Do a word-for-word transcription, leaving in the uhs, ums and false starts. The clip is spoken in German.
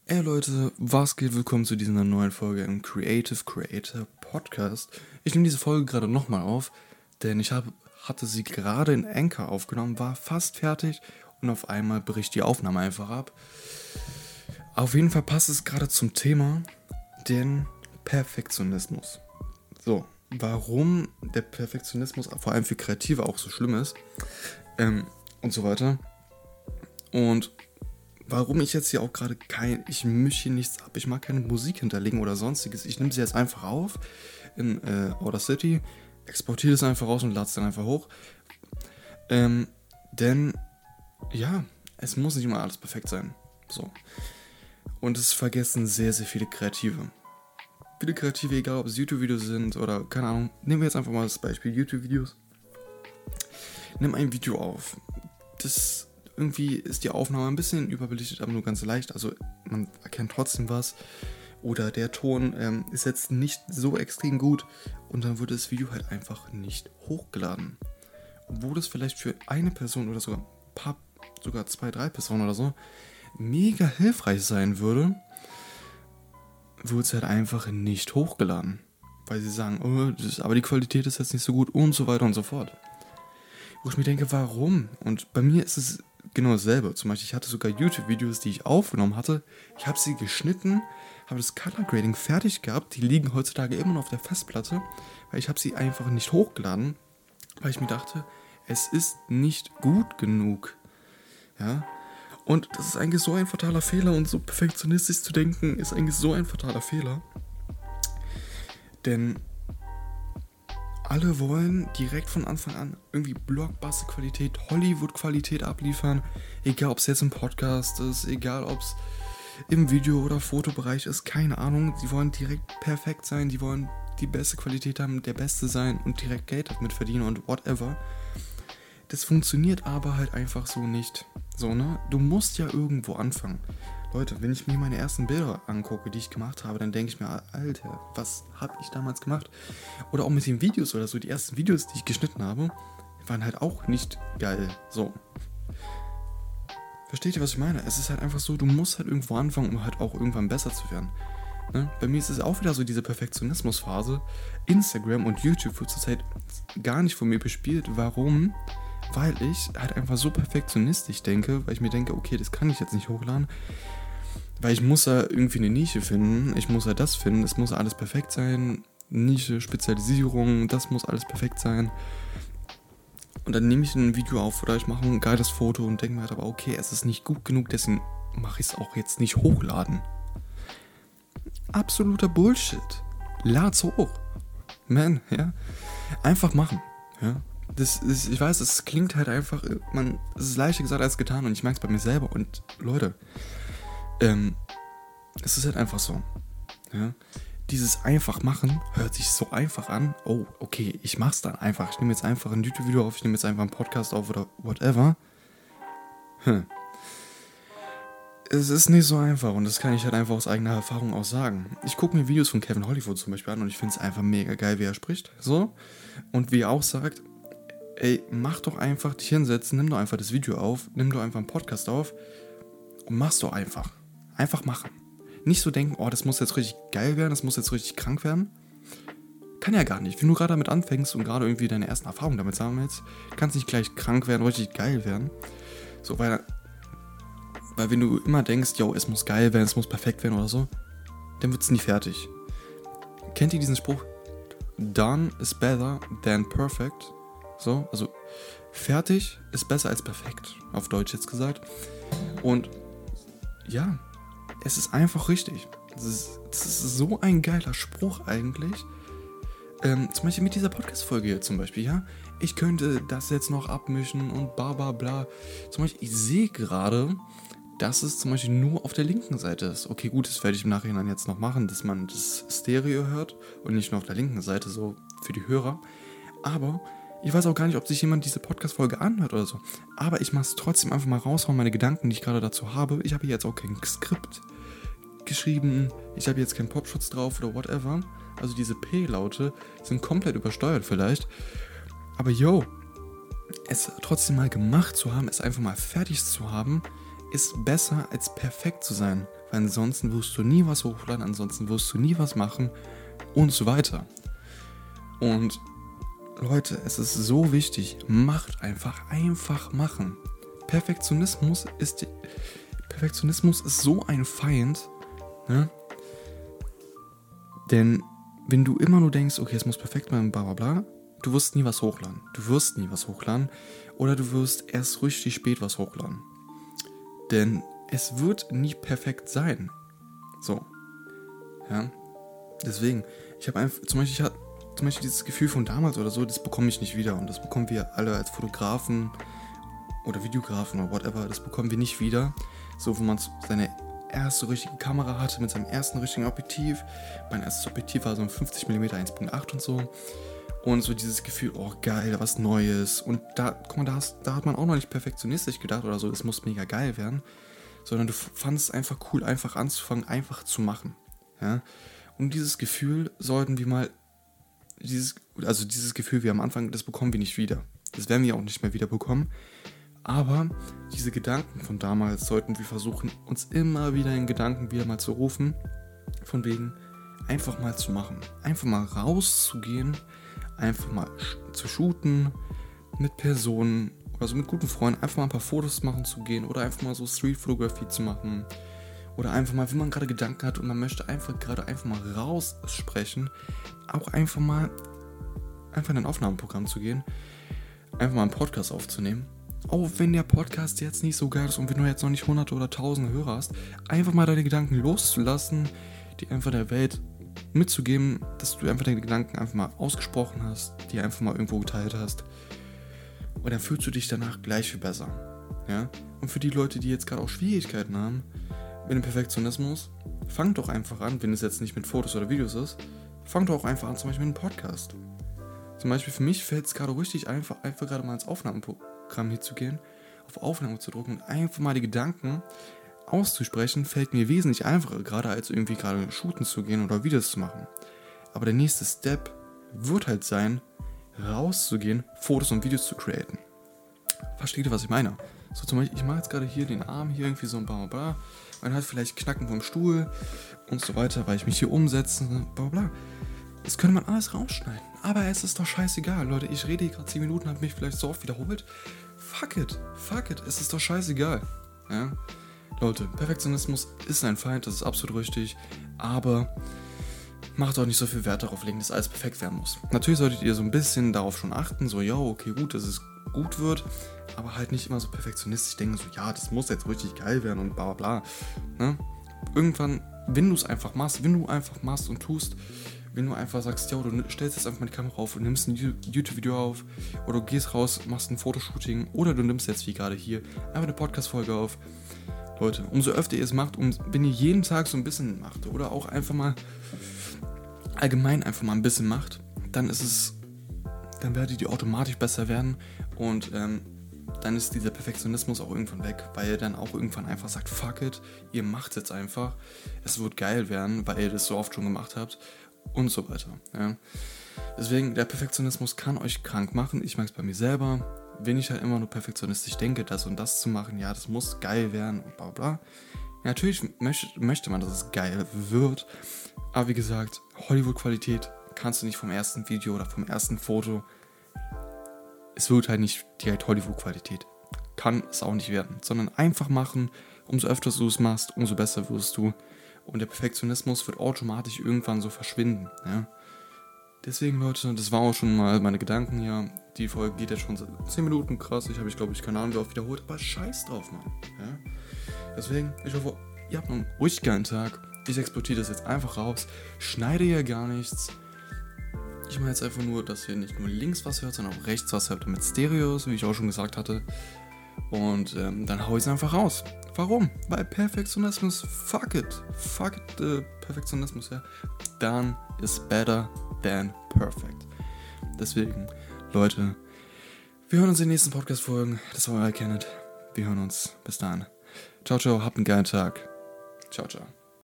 Hey Leute, was geht? Willkommen zu dieser neuen Folge im Creative Creator Podcast. Ich nehme diese Folge gerade nochmal auf, denn ich hab, hatte sie gerade in Anchor aufgenommen, war fast fertig und auf einmal bricht die Aufnahme einfach ab. Auf jeden Fall passt es gerade zum Thema, den Perfektionismus. So, warum der Perfektionismus vor allem für Kreative auch so schlimm ist ähm, und so weiter. Und warum ich jetzt hier auch gerade kein, ich mische hier nichts ab, ich mag keine Musik hinterlegen oder sonstiges. Ich nehme sie jetzt einfach auf in äh, Audacity, exportiere es einfach raus und lade es dann einfach hoch. Ähm, denn, ja, es muss nicht immer alles perfekt sein. So. Und es vergessen sehr, sehr viele Kreative. Viele Kreative, egal ob es YouTube-Videos sind oder, keine Ahnung, nehmen wir jetzt einfach mal das Beispiel YouTube-Videos. Nimm ein Video auf. Das Irgendwie ist die Aufnahme ein bisschen überbelichtet, aber nur ganz leicht. Also man erkennt trotzdem was. Oder der Ton ähm, ist jetzt nicht so extrem gut. Und dann wurde das Video halt einfach nicht hochgeladen. Obwohl es vielleicht für eine Person oder sogar ein paar, sogar zwei, drei Personen oder so mega hilfreich sein würde, wurde es halt einfach nicht hochgeladen. Weil sie sagen, oh, das ist, aber die Qualität ist jetzt nicht so gut und so weiter und so fort. Wo ich mir denke, warum? Und bei mir ist es genau dasselbe. Zum Beispiel, ich hatte sogar YouTube-Videos, die ich aufgenommen hatte. Ich habe sie geschnitten, habe das Color Grading fertig gehabt. Die liegen heutzutage immer noch auf der Festplatte, weil ich habe sie einfach nicht hochgeladen, weil ich mir dachte, es ist nicht gut genug. Ja. Und das ist eigentlich so ein fataler Fehler und so perfektionistisch zu denken, ist eigentlich so ein fataler Fehler. Denn alle wollen direkt von Anfang an irgendwie Blockbuster-Qualität, Hollywood-Qualität abliefern. Egal, ob es jetzt im Podcast ist, egal, ob es im Video- oder Fotobereich ist, keine Ahnung. Die wollen direkt perfekt sein, die wollen die beste Qualität haben, der Beste sein und direkt Geld damit verdienen und whatever. Das funktioniert aber halt einfach so nicht. So, ne? Du musst ja irgendwo anfangen. Leute, wenn ich mir meine ersten Bilder angucke, die ich gemacht habe, dann denke ich mir, Alter, was habe ich damals gemacht? Oder auch mit den Videos oder so, die ersten Videos, die ich geschnitten habe, waren halt auch nicht geil. So. Versteht ihr, was ich meine? Es ist halt einfach so, du musst halt irgendwo anfangen, um halt auch irgendwann besser zu werden. Ne? Bei mir ist es auch wieder so diese Perfektionismusphase. Instagram und YouTube wird zurzeit gar nicht von mir bespielt. Warum? Weil ich halt einfach so perfektionistisch denke, weil ich mir denke, okay, das kann ich jetzt nicht hochladen, weil ich muss da irgendwie eine Nische finden, ich muss ja das finden, es muss alles perfekt sein, Nische, Spezialisierung, das muss alles perfekt sein. Und dann nehme ich ein Video auf oder ich mache ein geiles Foto und denke mir halt aber, okay, es ist nicht gut genug, deswegen mache ich es auch jetzt nicht hochladen. Absoluter Bullshit. Lad's hoch. Man, ja. Einfach machen, ja. Das ist, ich weiß, es klingt halt einfach, man, es ist leichter gesagt als getan und ich merke es bei mir selber und Leute, ähm, es ist halt einfach so, ja, dieses einfach machen hört sich so einfach an, oh, okay, ich mach's dann einfach, ich nehme jetzt einfach ein YouTube-Video auf, ich nehme jetzt einfach einen Podcast auf oder whatever, hm. Es ist nicht so einfach und das kann ich halt einfach aus eigener Erfahrung auch sagen. Ich gucke mir Videos von Kevin Hollywood zum Beispiel an und ich finde es einfach mega geil, wie er spricht, so, und wie er auch sagt, ey, mach doch einfach dich hinsetzen, nimm doch einfach das Video auf, nimm doch einfach einen Podcast auf und mach's doch einfach. Einfach machen. Nicht so denken, oh, das muss jetzt richtig geil werden, das muss jetzt richtig krank werden. Kann ja gar nicht. Wenn du gerade damit anfängst und gerade irgendwie deine ersten Erfahrungen damit sammelst, kannst nicht gleich krank werden, richtig geil werden. So, weil, weil wenn du immer denkst, yo, es muss geil werden, es muss perfekt werden oder so, dann wird's nie fertig. Kennt ihr diesen Spruch? Done is better than perfect. So, also fertig ist besser als perfekt, auf Deutsch jetzt gesagt. Und ja, es ist einfach richtig. Das ist, das ist so ein geiler Spruch eigentlich. Ähm, zum Beispiel mit dieser Podcast-Folge hier zum Beispiel, ja. Ich könnte das jetzt noch abmischen und bla bla bla. Zum Beispiel, ich sehe gerade, dass es zum Beispiel nur auf der linken Seite ist. Okay, gut, das werde ich im Nachhinein jetzt noch machen, dass man das Stereo hört und nicht nur auf der linken Seite, so für die Hörer. Aber ich weiß auch gar nicht, ob sich jemand diese Podcast-Folge anhört oder so. Aber ich mache es trotzdem einfach mal raushauen, meine Gedanken, die ich gerade dazu habe. Ich habe hier jetzt auch kein Skript geschrieben. Ich habe jetzt keinen Popschutz drauf oder whatever. Also diese P-Laute sind komplett übersteuert vielleicht. Aber yo, es trotzdem mal gemacht zu haben, es einfach mal fertig zu haben, ist besser als perfekt zu sein. Weil ansonsten wirst du nie was hochladen, ansonsten wirst du nie was machen und so weiter. Und Leute, es ist so wichtig, macht einfach, einfach machen. Perfektionismus ist, die, Perfektionismus ist so ein Feind, ne? Denn wenn du immer nur denkst, okay, es muss perfekt sein, bla bla bla, du wirst nie was hochladen. Du wirst nie was hochladen oder du wirst erst richtig spät was hochladen. Denn es wird nie perfekt sein. So. Ja. Deswegen, ich habe einfach, zum Beispiel, ich hatte zum Beispiel dieses Gefühl von damals oder so, das bekomme ich nicht wieder. Und das bekommen wir alle als Fotografen oder Videografen oder whatever, das bekommen wir nicht wieder. So, wo man seine erste richtige Kamera hatte mit seinem ersten richtigen Objektiv. Mein erstes Objektiv war so ein fünfzig Millimeter eins Komma acht und so. Und so dieses Gefühl, oh geil, was Neues. Und da, guck mal, da, hast, da hat man auch noch nicht perfektionistisch gedacht oder so, es muss mega geil werden. Sondern du fandest es einfach cool, einfach anzufangen, einfach zu machen. Ja? Und dieses Gefühl sollten wir mal, dieses, also dieses Gefühl wie am Anfang, das bekommen wir nicht wieder. Das werden wir auch nicht mehr wieder bekommen. Aber diese Gedanken von damals sollten wir versuchen, uns immer wieder in Gedanken wieder mal zu rufen. Von wegen, einfach mal zu machen. Einfach mal rauszugehen, einfach mal zu shooten mit Personen, also mit guten Freunden, einfach mal ein paar Fotos machen zu gehen oder einfach mal so Street-Fotografie zu machen. Oder einfach mal, wenn man gerade Gedanken hat und man möchte einfach gerade einfach mal raussprechen, auch einfach mal einfach in ein Aufnahmeprogramm zu gehen, einfach mal einen Podcast aufzunehmen. Auch wenn der Podcast jetzt nicht so geil ist und wenn du jetzt noch nicht hunderte oder tausende Hörer hast, einfach mal deine Gedanken loszulassen, die einfach der Welt mitzugeben, dass du einfach deine Gedanken einfach mal ausgesprochen hast, die einfach mal irgendwo geteilt hast. Und dann fühlst du dich danach gleich viel besser. Ja? Und für die Leute, die jetzt gerade auch Schwierigkeiten haben mit dem Perfektionismus, fang doch einfach an, wenn es jetzt nicht mit Fotos oder Videos ist, fang doch auch einfach an, zum Beispiel mit einem Podcast. Zum Beispiel für mich fällt es gerade richtig einfach, einfach gerade mal ins Aufnahmeprogramm hier zu gehen, auf Aufnahme zu drücken und einfach mal die Gedanken auszusprechen, fällt mir wesentlich einfacher, gerade als irgendwie gerade shooten zu gehen oder Videos zu machen. Aber der nächste Step wird halt sein, rauszugehen, Fotos und Videos zu createn. Versteht ihr, was ich meine? So zum Beispiel, ich mache jetzt gerade hier den Arm hier irgendwie so ein bla bla, man hat vielleicht Knacken vom Stuhl und so weiter, weil ich mich hier umsetze, bla bla. Das könnte man alles rausschneiden. Aber es ist doch scheißegal, Leute. Ich rede hier gerade zehn Minuten, habe mich vielleicht so oft wiederholt. Fuck it, fuck it, es ist doch scheißegal. Ja? Leute, Perfektionismus ist ein Feind, das ist absolut richtig. Aber macht auch nicht so viel Wert darauf legen, dass alles perfekt werden muss. Natürlich solltet ihr so ein bisschen darauf schon achten, so, ja, okay, gut, dass es gut wird. Aber halt nicht immer so perfektionistisch denken, so, ja, das muss jetzt richtig geil werden und bla bla bla. Ne? Irgendwann, wenn du es einfach machst, wenn du einfach machst und tust, wenn du einfach sagst, ja, du stellst jetzt einfach mal die Kamera auf und nimmst ein YouTube-Video auf oder du gehst raus, machst ein Fotoshooting oder du nimmst jetzt wie gerade hier einfach eine Podcast-Folge auf. Leute, umso öfter ihr es macht und wenn ihr jeden Tag so ein bisschen macht oder auch einfach mal allgemein einfach mal ein bisschen macht, dann ist es, dann werdet ihr automatisch besser werden und ähm, dann ist dieser Perfektionismus auch irgendwann weg, weil ihr dann auch irgendwann einfach sagt, fuck it, ihr macht es jetzt einfach, es wird geil werden, weil ihr das so oft schon gemacht habt und so weiter. Ja. Deswegen, der Perfektionismus kann euch krank machen, ich merke es bei mir selber, wenn ich halt immer nur perfektionistisch denke, das und das zu machen, ja, das muss geil werden und bla bla. Ja, natürlich möchte, möchte man, dass es geil wird, aber wie gesagt, Hollywood-Qualität kannst du nicht vom ersten Video oder vom ersten Foto, es wird halt nicht direkt Hollywood-Qualität, kann es auch nicht werden, sondern einfach machen, umso öfter du es machst, umso besser wirst du und der Perfektionismus wird automatisch irgendwann so verschwinden, ja. Deswegen, Leute, das war auch schon mal meine Gedanken hier. Die Folge geht jetzt schon seit zehn Minuten, krass. Ich habe, ich glaube, ich keine Ahnung, wie oft wiederholt, aber scheiß drauf, Mann. Ja? Deswegen, ich hoffe, ihr habt noch einen ruhig geilen Tag. Ich exportiere das jetzt einfach raus, schneide hier gar nichts. Ich mache jetzt einfach nur, dass ihr nicht nur links was hört, sondern auch rechts was hört, damit Stereo ist, wie ich auch schon gesagt hatte. Und ähm, dann hau ich es einfach raus. Warum? Weil Perfektionismus, fuck it. Fuck it, äh, Perfektionismus, ja. Done is better than perfect. Deswegen, Leute, wir hören uns in den nächsten Podcast-Folgen. Das war euer Kenneth. Wir hören uns. Bis dann. Ciao, ciao. Habt einen geilen Tag. Ciao, ciao.